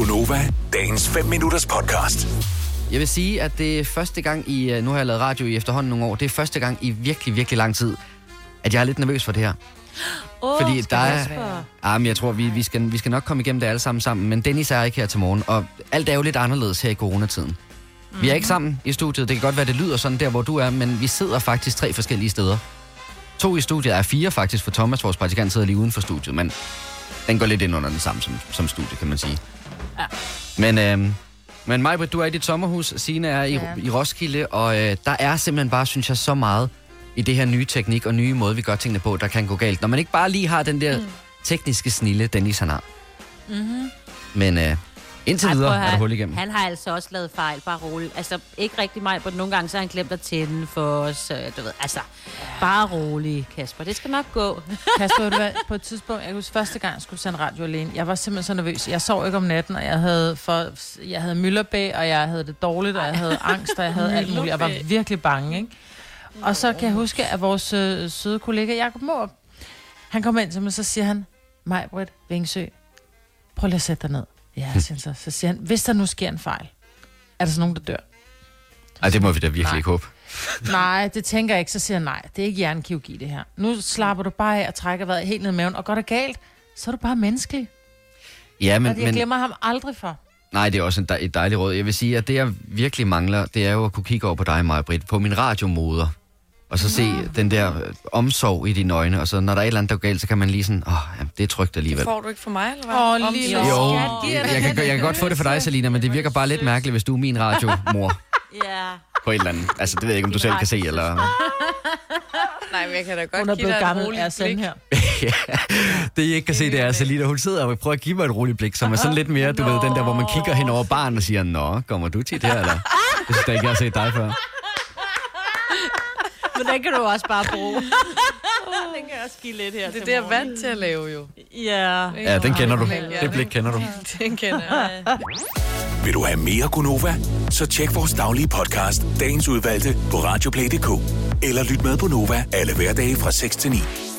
Gunova, dagens 5 minutters podcast. Jeg vil sige, at det er første gang i... Nu har jeg lavet radio i efterhånden nogle år. Det er første gang i virkelig, virkelig lang tid, at jeg er lidt nervøs for det her. Fordi der er... men jeg tror, vi skal nok komme igennem det alle sammen. Men Dennis er ikke her til morgen, og alt er jo lidt anderledes her i coronatiden. Vi er ikke sammen i studiet. Det kan godt være, det lyder sådan der, hvor du er, men vi sidder faktisk 3 forskellige steder. 2 i studiet er 4 faktisk, for Thomas, vores praktikant, sidder lige uden for studiet, men den går lidt ind under den samme som studie, kan man sige. Ja. Men Maj-Brit, du er i dit sommerhus, Signe er i Roskilde, og der er simpelthen bare, synes jeg, så meget i det her nye teknik og nye måde, vi gør tingene på, der kan gå galt. Når man ikke bare lige har den der tekniske snille, Dennis han har. Mm-hmm. Men indtil videre er der hul igennem. Han har altså også lavet fejl, bare roligt. Altså, ikke rigtig meget, men nogle gange så har han glemt at tænde for os. Du ved, altså, bare rolig, Kasper. Det skal nok gå. Kasper, på et tidspunkt, jeg husker første gang, jeg skulle sende radio alene. Jeg var simpelthen så nervøs. Jeg sov ikke om natten, og jeg havde mylderbæg, og jeg havde det dårligt, og jeg havde angst, og jeg havde alt muligt. Jeg var virkelig bange, ikke? Og så kan jeg huske, at vores søde kollega, Jacob Morup, han kommer ind til mig, så siger han, Maj-Brit Vingsø, prøv lige at sætte dig ned. Ja, så siger han, hvis der nu sker en fejl, er der så nogen, der dør? Ej, det må vi da virkelig ikke håbe. Nej, det tænker jeg ikke. Så siger han, nej, det er ikke hjernekirurgi, det her. Nu slapper du bare af og trækker vejret helt ned i maven, og går det galt, så er du bare menneskelig. Ja, men jeg glemmer ham aldrig for. Nej, det er også et dejligt råd. Jeg vil sige, at det, jeg virkelig mangler, det er jo at kunne kigge over på dig, Maj-Brit, på min radiomoder. Og så se den der omsorg i dine øjne, og så når der er et eller andet, der går galt, så kan man lige sådan, jamen, det er trygt alligevel. Det får du ikke for mig, eller hvad? Jo, jeg kan godt få det for dig, Selina, men det virker bare lidt mærkeligt, hvis du er min radiomor. Ja. På et eller andet. Altså, det ved jeg ikke, om du selv kan se, eller... Nej, men jeg kan da godt hun er give dig et roligt blik. Her. Ja, det I ikke kan se, det er Selina. Hun sidder og prøver at give mig et roligt blik, som er sådan lidt mere, du ved, den der, hvor man kigger hen over baren og siger, nå, kommer du tit her, eller? Jeg synes da ikke, jeg har set dig før. Men den kan du også bare bruge. Den kan også give lidt her. Det er det, jeg er vant til at lave, jo. Ja, den kender du. Det blik kender du. Den kender jeg. Vil du have mere Gunova? Så tjek vores daglige podcast, dagens udvalgte, på radioplay.dk. Eller lyt med på Nova alle hverdage fra 6 til 9.